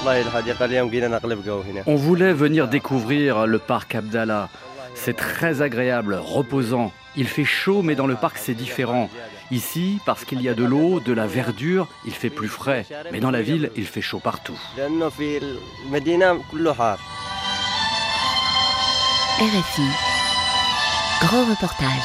On voulait venir découvrir le parc Abdallah. C'est très agréable, reposant. Il fait chaud, mais dans le parc, c'est différent. Ici, parce qu'il y a de l'eau, de la verdure, il fait plus frais. Mais dans la ville, il fait chaud partout. RFI. Grand reportage.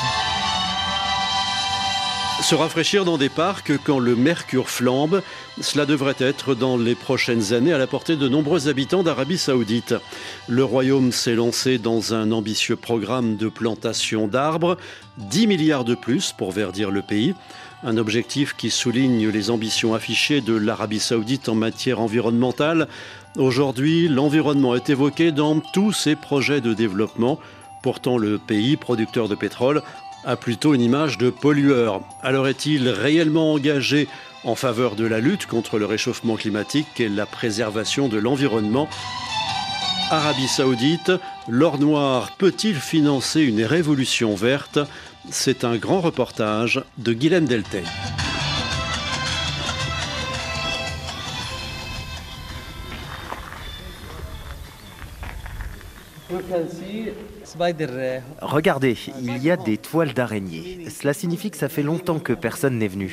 Se rafraîchir dans des parcs quand le mercure flambe, cela devrait être dans les prochaines années à la portée de nombreux habitants d'Arabie Saoudite. Le royaume s'est lancé dans un ambitieux programme de plantation d'arbres, 10 milliards de plus pour verdir le pays. Un objectif qui souligne les ambitions affichées de l'Arabie Saoudite en matière environnementale. Aujourd'hui, l'environnement est évoqué dans tous ses projets de développement. Pourtant, le pays, producteur de pétrole, a plutôt une image de pollueur. Alors est-il réellement engagé en faveur de la lutte contre le réchauffement climatique et la préservation de l'environnement ? Arabie Saoudite, l'or noir peut-il financer une révolution verte ? C'est un grand reportage de Guilhem Deltey. Regardez, il y a des toiles d'araignées. Cela signifie que ça fait longtemps que personne n'est venu.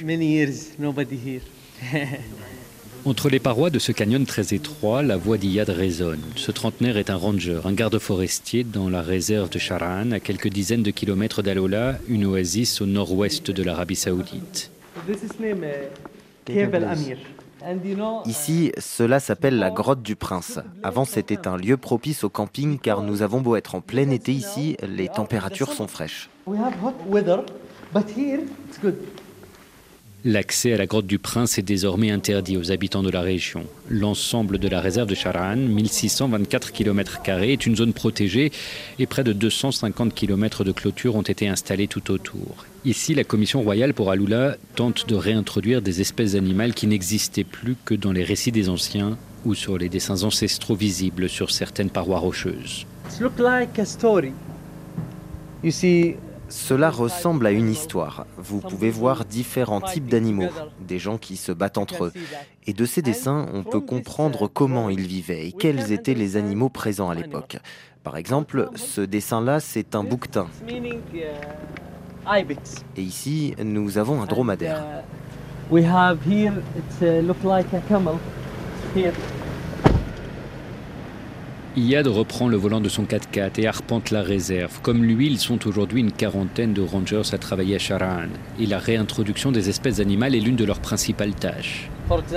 Entre les parois de ce canyon très étroit, la voix d'Iyad résonne. Ce trentenaire est un ranger, un garde forestier dans la réserve de Shar'an, à quelques dizaines de kilomètres d'Alola, une oasis au nord-ouest de l'Arabie Saoudite. Ici, cela s'appelle la grotte du Prince. Avant, c'était un lieu propice au camping car nous avons beau être en plein été ici, les températures sont fraîches. L'accès à la grotte du Prince est désormais interdit aux habitants de la région. L'ensemble de la réserve de Shar'an, 1624 km² est une zone protégée et près de 250 km de clôture ont été installés tout autour. Ici, la Commission royale pour Alula tente de réintroduire des espèces animales qui n'existaient plus que dans les récits des anciens ou sur les dessins ancestraux visibles sur certaines parois rocheuses. Cela ressemble à une histoire. Vous pouvez voir différents types d'animaux, des gens qui se battent entre eux. Et de ces dessins, on peut comprendre comment ils vivaient et quels étaient les animaux présents à l'époque. Par exemple, ce dessin-là, c'est un bouquetin. Et ici, nous avons un dromadaire. Iyad reprend le volant de son 4x4 et arpente la réserve. Comme lui, ils sont aujourd'hui une quarantaine de rangers à travailler à Shar'an. Et la réintroduction des espèces animales est l'une de leurs principales tâches.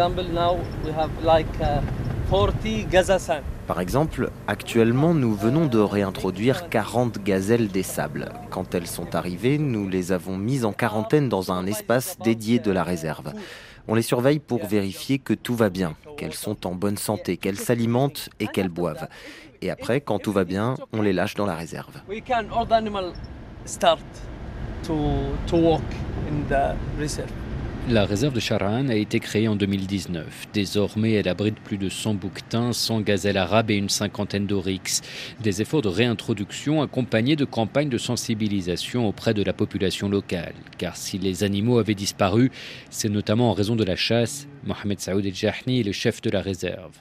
Par exemple, actuellement, nous venons de réintroduire 40 gazelles des sables. Quand elles sont arrivées, nous les avons mises en quarantaine dans un espace dédié de la réserve. On les surveille pour vérifier que tout va bien, qu'elles sont en bonne santé, qu'elles s'alimentent et qu'elles boivent. Et après, quand tout va bien, on les lâche dans la réserve. La réserve de Shar'an a été créée en 2019. Désormais, elle abrite plus de 100 bouquetins, 100 gazelles arabes et une cinquantaine d'oryx. Des efforts de réintroduction accompagnés de campagnes de sensibilisation auprès de la population locale. Car si les animaux avaient disparu, c'est notamment en raison de la chasse. Mohamed Saoud El-Jahni est le chef de la réserve.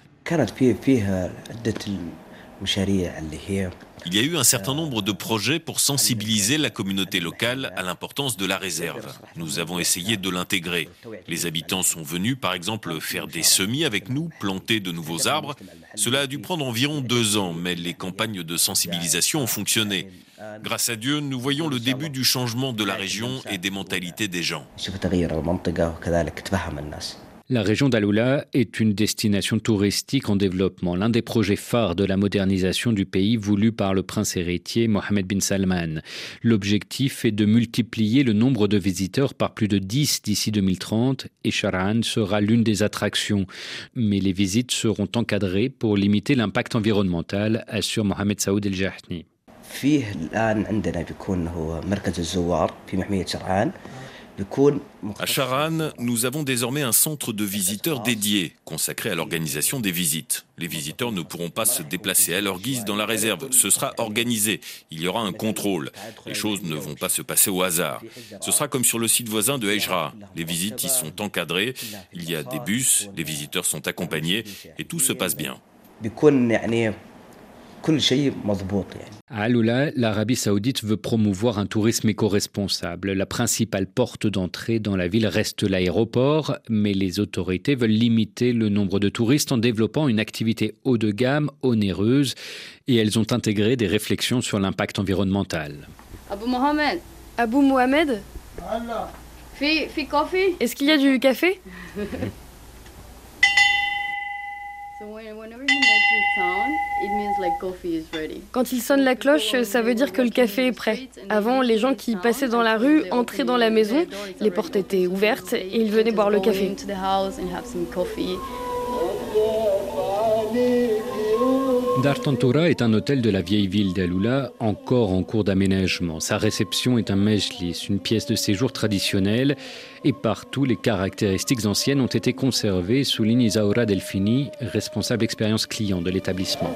Il y a eu un certain nombre de projets pour sensibiliser la communauté locale à l'importance de la réserve. Nous avons essayé de l'intégrer. Les habitants sont venus, par exemple, faire des semis avec nous, planter de nouveaux arbres. Cela a dû prendre environ 2 ans, mais les campagnes de sensibilisation ont fonctionné. Grâce à Dieu, nous voyons le début du changement de la région et des mentalités des gens. La région d'Alula est une destination touristique en développement, l'un des projets phares de la modernisation du pays voulu par le prince héritier Mohammed bin Salman. L'objectif est de multiplier le nombre de visiteurs par plus de 10 d'ici 2030 et Shar'an sera l'une des attractions. Mais les visites seront encadrées pour limiter l'impact environnemental, assure Mohamed Saoud El-Jahni. À Charan, nous avons désormais un centre de visiteurs dédié, consacré à l'organisation des visites. Les visiteurs ne pourront pas se déplacer à leur guise dans la réserve. Ce sera organisé. Il y aura un contrôle. Les choses ne vont pas se passer au hasard. Ce sera comme sur le site voisin de Hejra. Les visites y sont encadrées. Il y a des bus, les visiteurs sont accompagnés et tout se passe bien. À Alula, l'Arabie saoudite veut promouvoir un tourisme éco-responsable. La principale porte d'entrée dans la ville reste l'aéroport, mais les autorités veulent limiter le nombre de touristes en développant une activité haut de gamme, onéreuse, et elles ont intégré des réflexions sur l'impact environnemental. Abou Mohamed, est-ce qu'il y a du café? Quand il sonne la cloche, ça veut dire que le café est prêt. Avant, les gens qui passaient dans la rue entraient dans la maison, les portes étaient ouvertes et ils venaient boire le café. Dar Tantoura est un hôtel de la vieille ville d'Alula, encore en cours d'aménagement. Sa réception est un mejlis, une pièce de séjour traditionnelle. Et partout, les caractéristiques anciennes ont été conservées, souligne Isaura Delfini, responsable expérience client de l'établissement.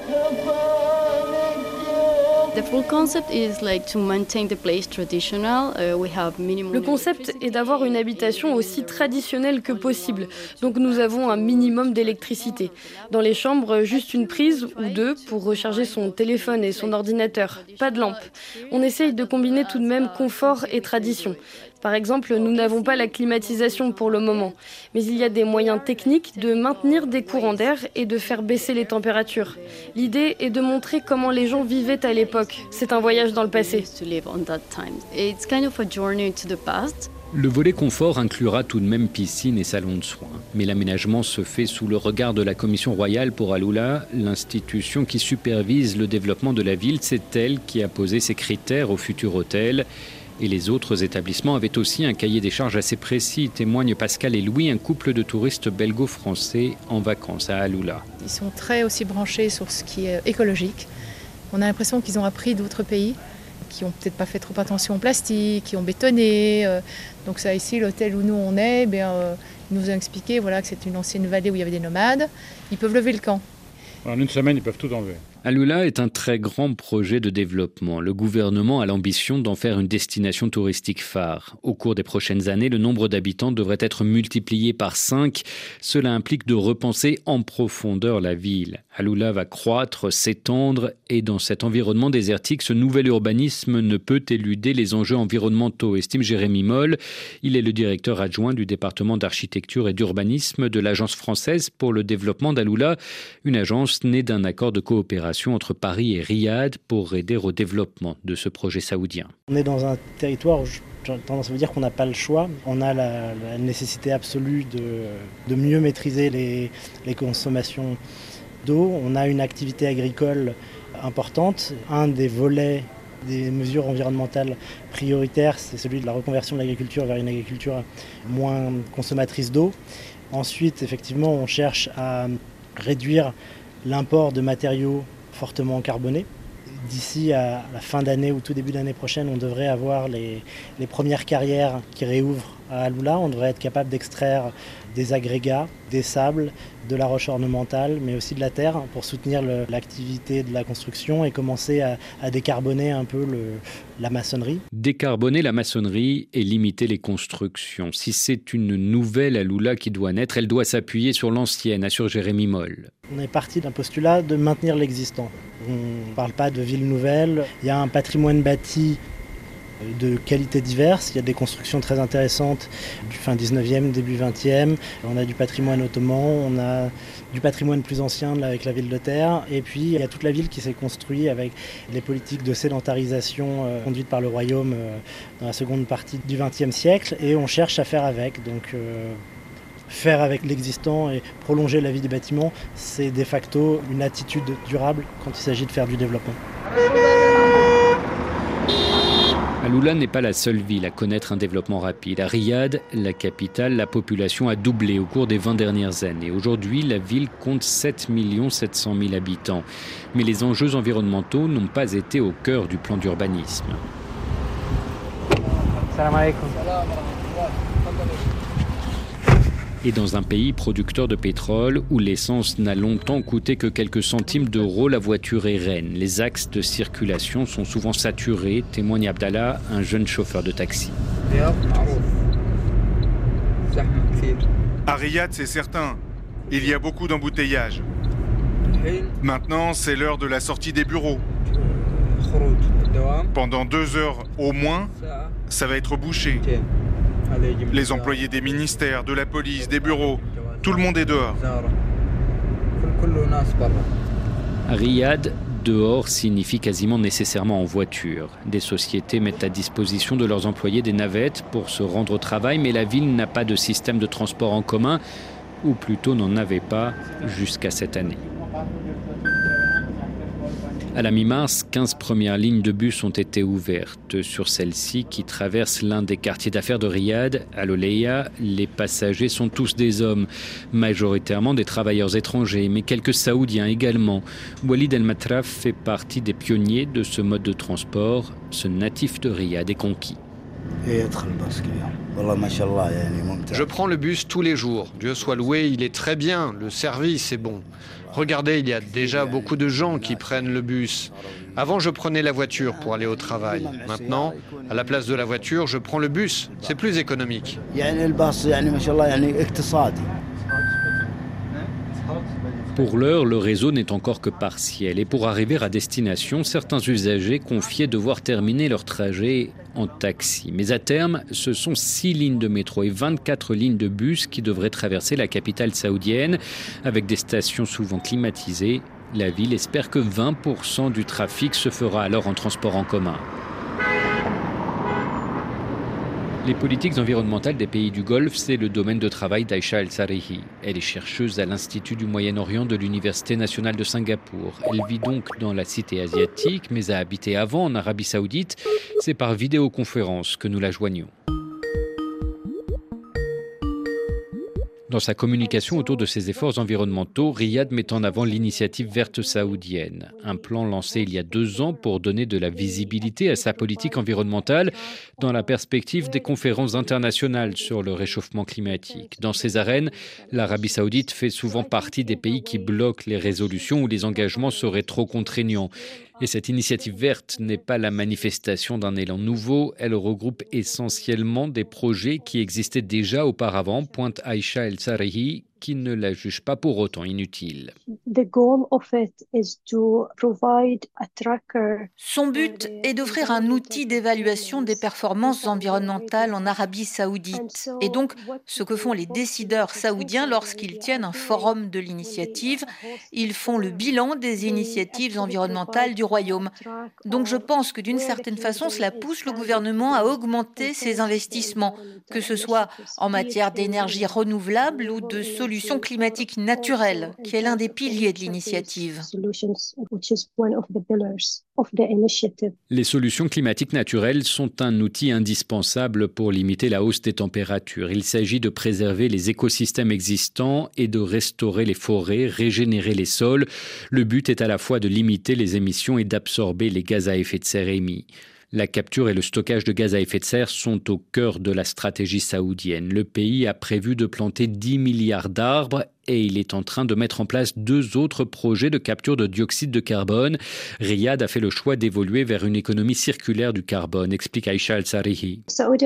Le concept est d'avoir une habitation aussi traditionnelle que possible. Donc nous avons un minimum d'électricité. Dans les chambres, juste une prise ou deux pour recharger son téléphone et son ordinateur. Pas de lampe. On essaye de combiner tout de même confort et tradition. Par exemple, nous n'avons pas la climatisation pour le moment, mais il y a des moyens techniques de maintenir des courants d'air et de faire baisser les températures. L'idée est de montrer comment les gens vivaient à l'époque. C'est un voyage dans le passé. Le volet confort inclura tout de même piscine et salon de soins. Mais l'aménagement se fait sous le regard de la Commission royale pour Alula, l'institution qui supervise le développement de la ville. C'est elle qui a posé ses critères au futur hôtel. Et les autres établissements avaient aussi un cahier des charges assez précis, témoignent Pascal et Louis, un couple de touristes belgo-français en vacances à Alula. Ils sont très aussi branchés sur ce qui est écologique. On a l'impression qu'ils ont appris d'autres pays, qui n'ont peut-être pas fait trop attention au plastique, qui ont bétonné. Donc ça ici, l'hôtel où nous on est, ils nous ont expliqué que c'est une ancienne vallée où il y avait des nomades. Ils peuvent lever le camp. En une semaine, ils peuvent tout enlever. Alula est un très grand projet de développement. Le gouvernement a l'ambition d'en faire une destination touristique phare. Au cours des prochaines années, le nombre d'habitants devrait être multiplié par 5. Cela implique de repenser en profondeur la ville. Alula va croître, s'étendre et dans cet environnement désertique, ce nouvel urbanisme ne peut éluder les enjeux environnementaux, estime Jérémy Moll. Il est le directeur adjoint du département d'architecture et d'urbanisme de l'Agence française pour le développement d'Alula, une agence née d'un accord de coopération entre Paris et Riyad pour aider au développement de ce projet saoudien. On est dans un territoire où j'ai tendance à vous dire qu'on n'a pas le choix. On a la nécessité absolue de mieux maîtriser les consommations d'eau. On a une activité agricole importante. Un des volets des mesures environnementales prioritaires, c'est celui de la reconversion de l'agriculture vers une agriculture moins consommatrice d'eau. Ensuite, effectivement, on cherche à réduire l'import de matériaux fortement carbonés. D'ici à la fin d'année ou tout début d'année prochaine, on devrait avoir les premières carrières qui réouvrent à Alula. On devrait être capable d'extraire des agrégats, des sables, de la roche ornementale, mais aussi de la terre pour soutenir l'activité de la construction et commencer à décarboner un peu la maçonnerie. Décarboner la maçonnerie et limiter les constructions. Si c'est une nouvelle Alula qui doit naître, elle doit s'appuyer sur l'ancienne, assure Jérémy Moll. On est parti d'un postulat de maintenir l'existant. On ne parle pas de ville nouvelle. Il y a un patrimoine bâti de qualités diverses. Il y a des constructions très intéressantes du fin 19e, début 20e. On a du patrimoine ottoman, on a du patrimoine plus ancien avec la ville de Terre. Et puis il y a toute la ville qui s'est construite avec les politiques de sédentarisation conduites par le royaume dans la seconde partie du XXe siècle. Et on cherche à faire avec. Donc faire avec l'existant et prolonger la vie des bâtiments, c'est de facto une attitude durable quand il s'agit de faire du développement. Alula n'est pas la seule ville à connaître un développement rapide. À Riyad, la capitale, la population a doublé au cours des 20 dernières années. Aujourd'hui, la ville compte 7 700 000 habitants. Mais les enjeux environnementaux n'ont pas été au cœur du plan d'urbanisme. Et dans un pays producteur de pétrole où l'essence n'a longtemps coûté que quelques centimes d'euros, la voiture est reine. Les axes de circulation sont souvent saturés, témoigne Abdallah, un jeune chauffeur de taxi. À Riyad, c'est certain, il y a beaucoup d'embouteillages. Maintenant, c'est l'heure de la sortie des bureaux. Pendant 2 heures au moins, ça va être bouché. Les employés des ministères, de la police, des bureaux, tout le monde est dehors. À Riyad, dehors signifie quasiment nécessairement en voiture. Des sociétés mettent à disposition de leurs employés des navettes pour se rendre au travail, mais la ville n'a pas de système de transport en commun, ou plutôt n'en avait pas jusqu'à cette année. À la mi-mars, 15 premières lignes de bus ont été ouvertes. Sur celles-ci, qui traversent l'un des quartiers d'affaires de Riyad, Al Holeya, les passagers sont tous des hommes, majoritairement des travailleurs étrangers, mais quelques Saoudiens également. Walid El Matraf fait partie des pionniers de ce mode de transport. Ce natif de Riyad est conquis. Je prends le bus tous les jours. Dieu soit loué, il est très bien, le service est bon. Regardez, il y a déjà beaucoup de gens qui prennent le bus. Avant, je prenais la voiture pour aller au travail. Maintenant, à la place de la voiture, je prends le bus. C'est plus économique. Pour l'heure, le réseau n'est encore que partiel. Et pour arriver à destination, certains usagers confiaient devoir terminer leur trajet en taxi. Mais à terme, ce sont 6 lignes de métro et 24 lignes de bus qui devraient traverser la capitale saoudienne. Avec des stations souvent climatisées, la ville espère que 20% du trafic se fera alors en transport en commun. Les politiques environnementales des pays du Golfe, c'est le domaine de travail d'Aïcha El-Sarihi. Elle est chercheuse à l'Institut du Moyen-Orient de l'Université nationale de Singapour. Elle vit donc dans la cité asiatique, mais a habité avant en Arabie Saoudite. C'est par vidéoconférence que nous la joignons. Dans sa communication autour de ses efforts environnementaux, Riyad met en avant l'initiative verte saoudienne, un plan lancé il y a 2 ans pour donner de la visibilité à sa politique environnementale dans la perspective des conférences internationales sur le réchauffement climatique. Dans ces arènes, l'Arabie saoudite fait souvent partie des pays qui bloquent les résolutions où les engagements seraient trop contraignants. Et cette initiative verte n'est pas la manifestation d'un élan nouveau, elle regroupe essentiellement des projets qui existaient déjà auparavant, pointe Aïcha El-Sarihi, qui ne la juge pas pour autant inutile. Son but est d'offrir un outil d'évaluation des performances environnementales en Arabie saoudite. Et donc, ce que font les décideurs saoudiens lorsqu'ils tiennent un forum de l'initiative, ils font le bilan des initiatives environnementales du royaume. Donc je pense que d'une certaine façon, cela pousse le gouvernement à augmenter ses investissements, que ce soit en matière d'énergie renouvelable ou de solutions climatiques naturelles, qui est l'un des piliers de l'initiative. Les solutions climatiques naturelles sont un outil indispensable pour limiter la hausse des températures. Il s'agit de préserver les écosystèmes existants et de restaurer les forêts, régénérer les sols. Le but est à la fois de limiter les émissions et d'absorber les gaz à effet de serre émis. La capture et le stockage de gaz à effet de serre sont au cœur de la stratégie saoudienne. Le pays a prévu de planter 10 milliards d'arbres et il est en train de mettre en place 2 autres projets de capture de dioxyde de carbone. Riyad a fait le choix d'évoluer vers une économie circulaire du carbone, explique Aïcha El-Sarihi.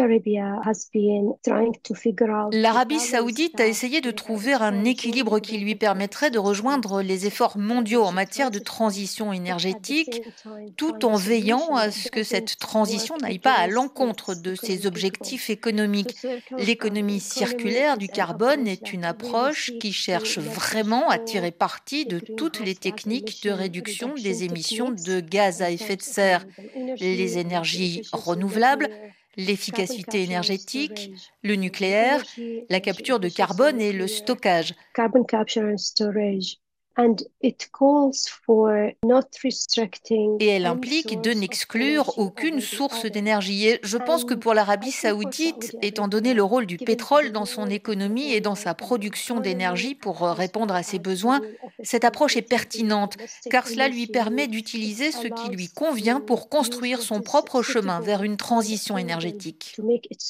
L'Arabie saoudite a essayé de trouver un équilibre qui lui permettrait de rejoindre les efforts mondiaux en matière de transition énergétique, tout en veillant à ce que cette transition n'aille pas à l'encontre de ses objectifs économiques. L'économie circulaire du carbone est une approche qui cherche vraiment à tirer parti de toutes les techniques de réduction des émissions de gaz à effet de serre, les énergies renouvelables, l'efficacité énergétique, le nucléaire, la capture de carbone et le stockage. Et elle implique de n'exclure aucune source d'énergie. Et je pense que pour l'Arabie saoudite, étant donné le rôle du pétrole dans son économie et dans sa production d'énergie pour répondre à ses besoins, cette approche est pertinente, car cela lui permet d'utiliser ce qui lui convient pour construire son propre chemin vers une transition énergétique.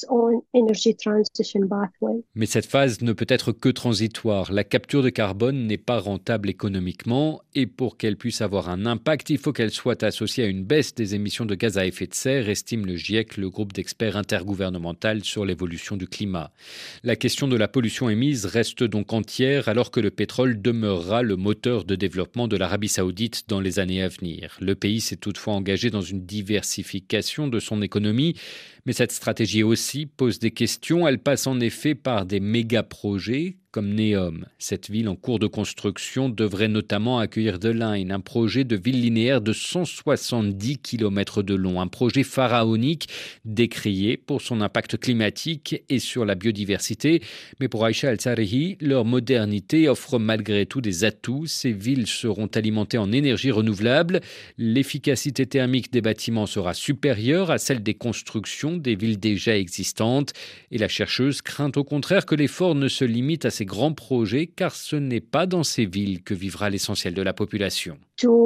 Mais cette phase ne peut être que transitoire. La capture de carbone n'est pas rentable économiquement et pour qu'elle puisse avoir un impact, il faut qu'elle soit associée à une baisse des émissions de gaz à effet de serre, estime le GIEC, le groupe d'experts intergouvernemental sur l'évolution du climat. La question de la pollution émise reste donc entière alors que le pétrole demeurera le moteur de développement de l'Arabie saoudite dans les années à venir. Le pays s'est toutefois engagé dans une diversification de son économie, mais cette stratégie aussi pose des questions. Elle passe en effet par des méga-projets comme Neom. Cette ville en cours de construction devrait notamment accueillir The Line, un projet de ville linéaire de 170 km de long, un projet pharaonique décrié pour son impact climatique et sur la biodiversité. Mais pour Aïcha Al-Sarihi, leur modernité offre malgré tout des atouts. Ces villes seront alimentées en énergie renouvelable. L'efficacité thermique des bâtiments sera supérieure à celle des constructions des villes déjà existantes. Et la chercheuse craint au contraire que l'effort ne se limite à ces grands projets, car ce n'est pas dans ces villes que vivra l'essentiel de la population.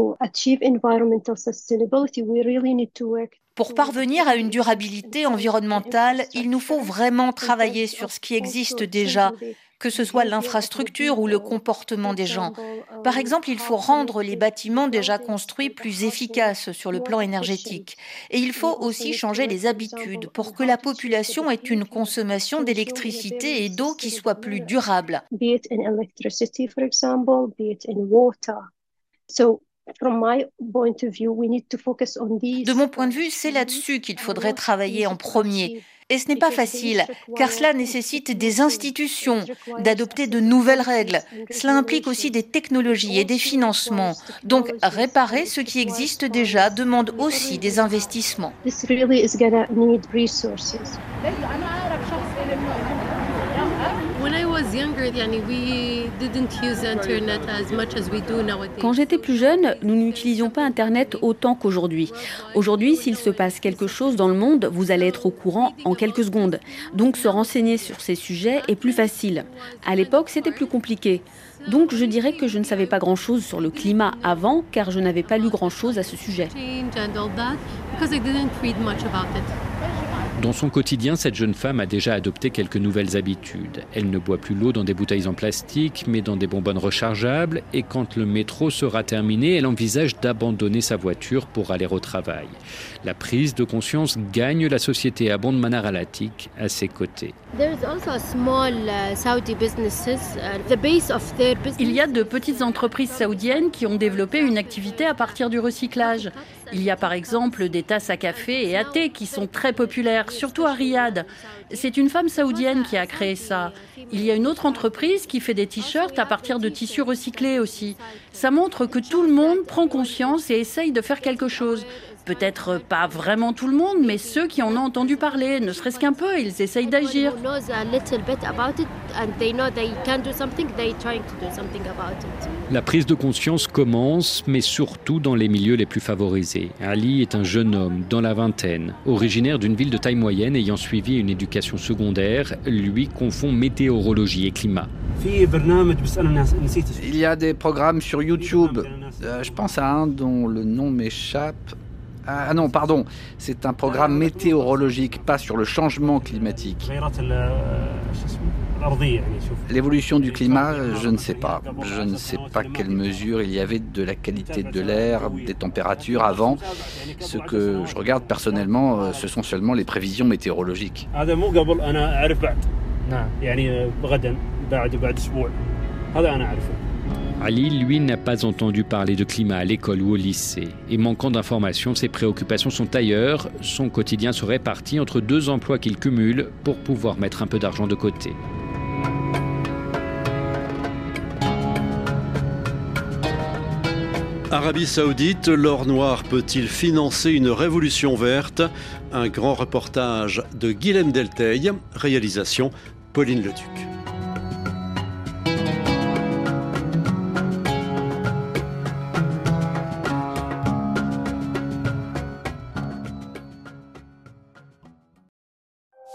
Pour parvenir à une durabilité environnementale, il nous faut vraiment travailler sur ce qui existe déjà, que ce soit l'infrastructure ou le comportement des gens. Par exemple, il faut rendre les bâtiments déjà construits plus efficaces sur le plan énergétique. Et il faut aussi changer les habitudes pour que la population ait une consommation d'électricité et d'eau qui soit plus durable. De mon point de vue, c'est là-dessus qu'il faudrait travailler en premier. Et ce n'est pas facile, car cela nécessite des institutions, d'adopter de nouvelles règles. Cela implique aussi des technologies et des financements. Donc, réparer ce qui existe déjà demande aussi des investissements. Quand j'étais plus jeune, nous n'utilisions pas Internet autant qu'aujourd'hui. Aujourd'hui, s'il se passe quelque chose dans le monde, vous allez être au courant en quelques secondes. Donc se renseigner sur ces sujets est plus facile. À l'époque, c'était plus compliqué. Donc je dirais que je ne savais pas grand-chose sur le climat avant, car je n'avais pas lu grand-chose à ce sujet. Dans son quotidien, cette jeune femme a déjà adopté quelques nouvelles habitudes. Elle ne boit plus l'eau dans des bouteilles en plastique, mais dans des bonbonnes rechargeables. Et quand le métro sera terminé, elle envisage d'abandonner sa voiture pour aller au travail. La prise de conscience gagne la société. Abonde Manar Al-Atik à ses côtés. Il y a de petites entreprises saoudiennes qui ont développé une activité à partir du recyclage. Il y a par exemple des tasses à café et à thé qui sont très populaires, surtout à Riyad. C'est une femme saoudienne qui a créé ça. Il y a une autre entreprise qui fait des t-shirts à partir de tissus recyclés aussi. Ça montre que tout le monde prend conscience et essaye de faire quelque chose. Peut-être pas vraiment tout le monde, mais ceux qui en ont entendu parler, ne serait-ce qu'un peu, ils essayent d'agir. La prise de conscience commence, mais surtout dans les milieux les plus favorisés. Ali est un jeune homme dans la vingtaine, originaire d'une ville de taille moyenne ayant suivi une éducation secondaire. Lui confond météorologie et climat. Il y a des programmes sur YouTube. Je pense à un dont le nom m'échappe. Ah non, pardon, c'est un programme météorologique, pas sur le changement climatique. L'évolution du climat, je ne sais pas. Je ne sais pas quelle mesure il y avait de la qualité de l'air, des températures avant. Ce que je regarde personnellement, ce sont seulement les prévisions météorologiques. Ali, lui, n'a pas entendu parler de climat à l'école ou au lycée. Et manquant d'informations, ses préoccupations sont ailleurs. Son quotidien se répartit entre 2 emplois qu'il cumule pour pouvoir mettre un peu d'argent de côté. Arabie Saoudite, l'or noir peut-il financer une révolution verte ? Un grand reportage de Guilhem Delteil, réalisation Pauline Leduc.